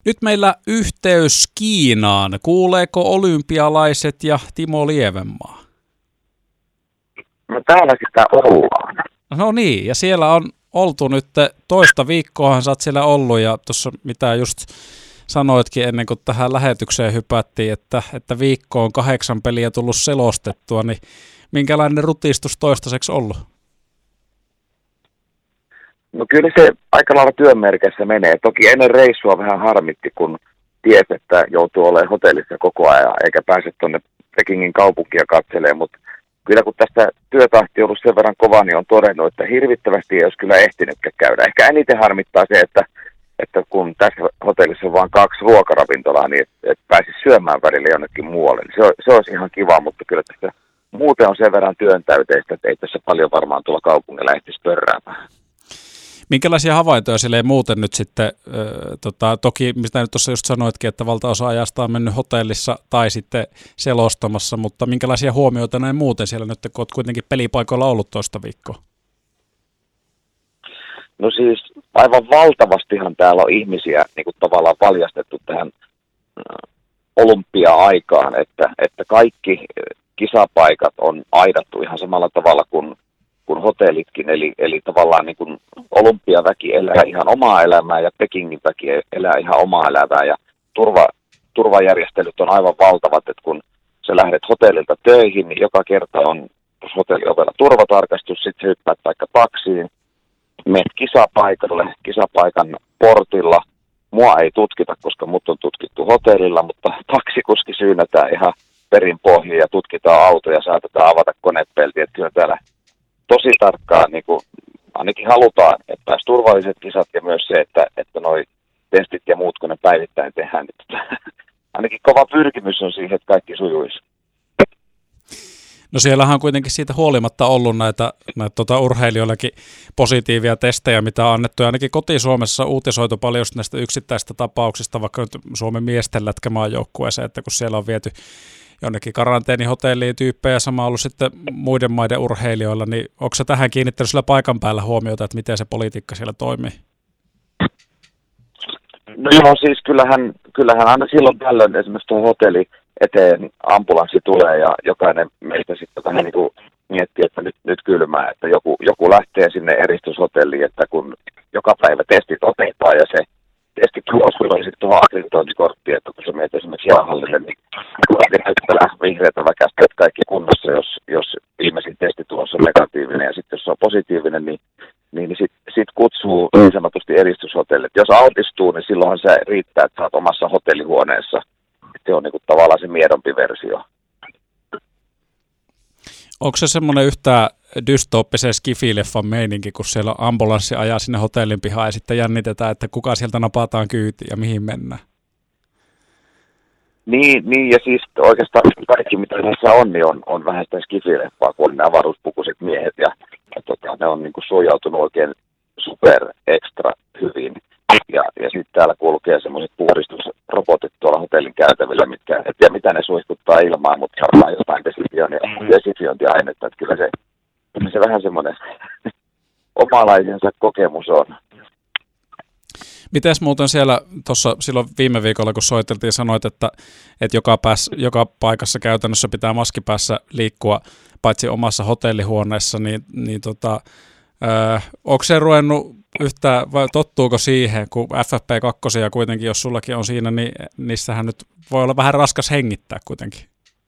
Nyt meillä yhteys Kiinaan. Kuuleeko olympialaiset ja Timo Lievenmaa? No täällä sitä ollaan. No niin, ja siellä on oltu nyt toista viikkoahan sä oot siellä ollut, ja tuossa mitä just sanoitkin ennen kuin tähän lähetykseen hypättiin, että viikko on 8 peliä tullut selostettua, niin minkälainen rutistus toistaiseksi ollut? No kyllä se aika lailla työn merkeissä menee. Toki ennen reissua vähän harmitti, kun tiesi, että joutuu olemaan hotellissa koko ajan, eikä pääse tuonne Pekingin kaupunkia katselemaan, mutta kyllä kun tästä työtahti on ollut sen verran kova, niin on todennut, että hirvittävästi ei olisi kyllä ehtinytkään käydä. Ehkä eniten harmittaa se, että kun tässä hotellissa on vain 2 ruokaravintolaa, niin et pääsisi syömään välillä jonnekin muualle. Se olisi ihan kiva, mutta kyllä tässä muuten on sen verran työntäyteistä, että ei tässä paljon varmaan tuolla kaupungilla ehtisi pörräämään. Minkälaisia havaintoja sille ei muuten nyt sitten, toki mitä nyt tuossa just sanoitkin, että valtaosa ajasta on mennyt hotellissa tai sitten selostamassa, mutta minkälaisia huomioita näin muuten siellä nyt, kun olet kuitenkin pelipaikoilla ollut toista viikkoa? No siis aivan valtavastihan täällä on ihmisiä niin kuin tavallaan valjastettu tähän olympia-aikaan, että kaikki kisapaikat on aidattu ihan samalla tavalla kuin hotellitkin, eli tavallaan niin kuin olympiaväki elää ihan omaa elämää ja Pekingin väki elää ihan omaa elämää ja turvajärjestelyt on aivan valtavat, että kun sä lähdet hotellilta töihin, niin joka kerta on hotelliovella turvatarkastus, sitten hyppäät vaikka taksiin, menet kisapaikalle, kisapaikan portilla, mua ei tutkita, koska mut on tutkittu hotellilla, mutta taksikuski syynätään ihan perin pohjiin ja tutkitaan auto ja saatetaan avata konepelti, että kyllä täällä tosi tarkkaan, niin kuin ainakin halutaan, että pääsi turvalliset kisat ja myös se, että noi testit ja muut, kun ne päivittäin tehdään, niin ainakin kova pyrkimys on siihen, että kaikki sujuisi. No siellähän on kuitenkin siitä huolimatta ollut näitä urheilijoillakin positiivia testejä, mitä on annettu. Ja ainakin koti-Suomessa uutisoitu paljon just näistä yksittäistä tapauksista, vaikka nyt Suomen miesten lätkämaajoukkueeseen, että kun siellä on viety jonnekin karanteenihotelliin tyyppejä, sama ollut sitten muiden maiden urheilijoilla, niin onko se tähän kiinnittänyt sillä paikan päällä huomiota, että miten se politiikka siellä toimii? No joo, siis kyllähän aina silloin tällöin esimerkiksi tuo hotelli eteen ambulanssi tulee ja jokainen meistä sitten vähän niin kuin miettii, että nyt kylmää, että joku lähtee sinne eristyshotelliin, että kun joka päivä testit otetaan ja se testitulos tulee sitten tuohon akkreditointikorttiin, että kun sä menet esimerkiksi jäähallille, niin kaikki näyttää vihreätä väkästä, että kaikki kunnossa, jos viimeisin testitulos on negatiivinen ja sitten jos se on positiivinen, niin sit kutsuu niin sanotusti eristyshotellit. Jos altistuu, niin silloinhan se riittää, että sä oot omassa hotellihuoneessa. Se on niinku tavallaan se miedompi versio. Onko se semmoinen yhtään dystooppisen skifileffan meininki, kun siellä ambulanssi ajaa sinne hotellin pihaan ja sitten jännitetään, että kuka sieltä napataan kyytiin ja mihin mennään? Niin, ja siis oikeastaan kaikki mitä tässä on, niin on vähän sitä skifileffaa, kun on ne avaruuspukuiset miehet ja ne on niinku suojautunut oikein super ekstra hyvin. Ja sitten täällä kulkee semmoiset puhdistusrobotit tuolla hotellin käytävillä, mitkä, et tiedä mitä ne suihkuttaa ilmaan, mutta varmaan jotain desinfiointiainetta, että kyllä se vähän semmoinen omalaisensa kokemus on. Mites muuten siellä tuossa silloin viime viikolla, kun soiteltiin, sanoit, että joka paikassa käytännössä pitää maski päässä liikkua, paitsi omassa hotellihuoneessa, niin onko se ruvennut yhtään, vai tottuuko siihen, kun FFP2 ja kuitenkin, jos sullakin on siinä, niin niissähän nyt voi olla vähän raskas hengittää kuitenkin?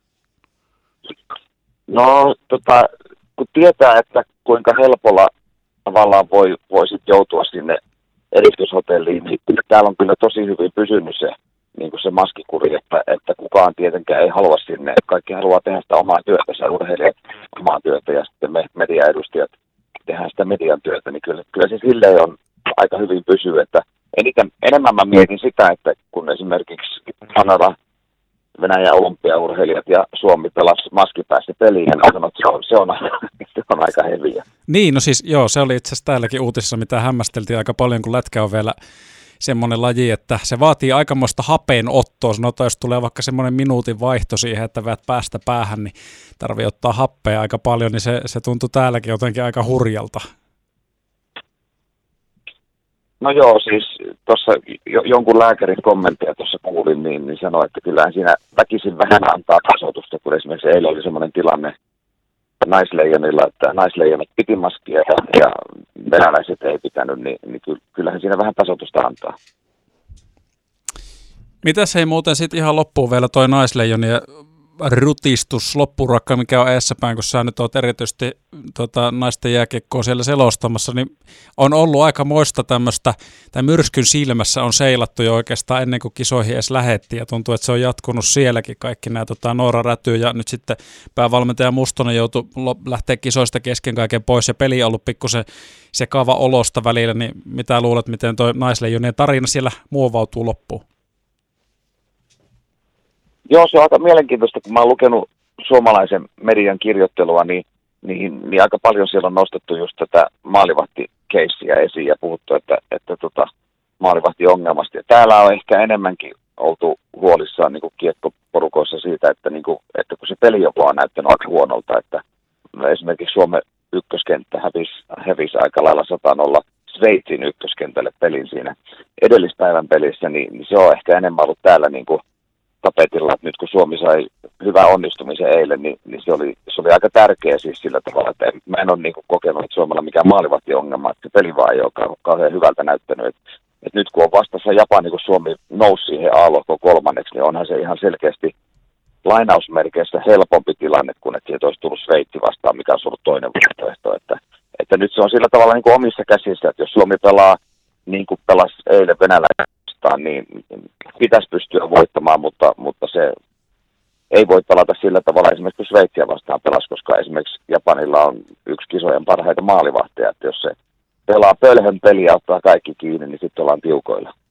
No, kun tietää, että kuinka helpolla tavallaan voi sit joutua sinne eristyshotelliin, niin täällä on kyllä tosi hyvin pysynyt se, niin kuin se maskikuri, että kukaan tietenkään ei halua sinne, että kaikki haluaa tehdä sitä omaa työtä, se urheilijat omaa työtä ja sitten me mediaedustajat tehdään sitä median työtä, niin kyllä se silleen on aika hyvin pysyy, että enemmän mä mietin sitä, että kun esimerkiksi Kanada, Venäjän olympiaurheilijat ja Suomi pelasi maskipäässä peliin, ja se on aika heviä. Niin, no siis joo, se oli itse asiassa täälläkin uutisissa, mitä hämmästeltiin aika paljon, kun lätkä on vielä semmoinen laji, että se vaatii aikamoista hapeenottoa. Sanotaan, jos tulee vaikka semmoinen minuutin vaihto siihen, että väät päästä päähän, niin tarvii ottaa happea aika paljon, niin se tuntui täälläkin jotenkin aika hurjalta. No joo, siis tuossa jonkun lääkärin kommentteja tuossa kuulin, niin sanoi, että kyllähän siinä väkisin vähän antaa tasoitusta, kun esimerkiksi eilen oli semmoinen tilanne naisleijonilla, että naisleijonat piti maskia ja venäläiset ei pitänyt, niin kyllähän siinä vähän tasoitusta antaa. Mitäs hei muuten sitten ihan loppuun vielä toi naisleijonien rutistus, loppurakka, mikä on eessäpäin, kun sä nyt oot erityisesti naisten jääkiekkoa siellä selostamassa, niin on ollut aika moista tämmöistä, tai myrskyn silmässä on seilattu jo oikeastaan ennen kuin kisoihin edes lähettiin, ja tuntuu, että se on jatkunut sielläkin kaikki nämä Noora Räty, ja nyt sitten päävalmentaja Mustonen joutui lähteä kisoista kesken kaiken pois, ja peli on ollut pikkusen sekava olosta välillä, niin mitä luulet, miten toi naisleijonien tarina siellä muovautuu loppuun? Joo, se on aika mielenkiintoista, kun mä oon lukenut suomalaisen median kirjoittelua, niin aika paljon siellä on nostettu just tätä maalivahtikeissiä esiin ja puhuttu, että maalivahtiongelmasta. Ja täällä on ehkä enemmänkin oltu huolissaan niin kuin kiekkoporukoissa siitä, että kun se peli jopa on näyttänyt aika huonolta, että esimerkiksi Suomen ykköskenttä hävisi aika lailla 100-0 Sveitsin ykköskentälle pelin siinä edellispäivän pelissä, niin se on ehkä enemmän ollut täällä niin kuin tapetilla, että nyt kun Suomi sai hyvän onnistumisen eilen, niin se oli aika tärkeä siis sillä tavalla, että mä en ole niin kuin kokenut, että Suomella mikään maalivahtiongelma, että se peli vaan ei ole kauhean hyvältä näyttänyt. Että nyt kun on vastassa Japani, kun Suomi nousi siihen A-lohkoon kolmanneksi, niin onhan se ihan selkeästi lainausmerkeissä helpompi tilanne, kuin että siitä olisi tullut Sveitsi vastaan, mikä on ollut toinen vaihtoehto. Että nyt se on sillä tavalla niin kuin omissa käsissä, että jos Suomi pelaa niin kuin pelasi eilen venäläinen, niin pitäisi pystyä voittamaan, mutta se ei voi pelata sillä tavalla esimerkiksi kun Sveitsiä vastaan pelasi, koska esimerkiksi Japanilla on yksi kisojen parhaita maalivahteja, että jos se pelaa pölhön peliä ja ottaa kaikki kiinni, niin sitten ollaan tiukoilla.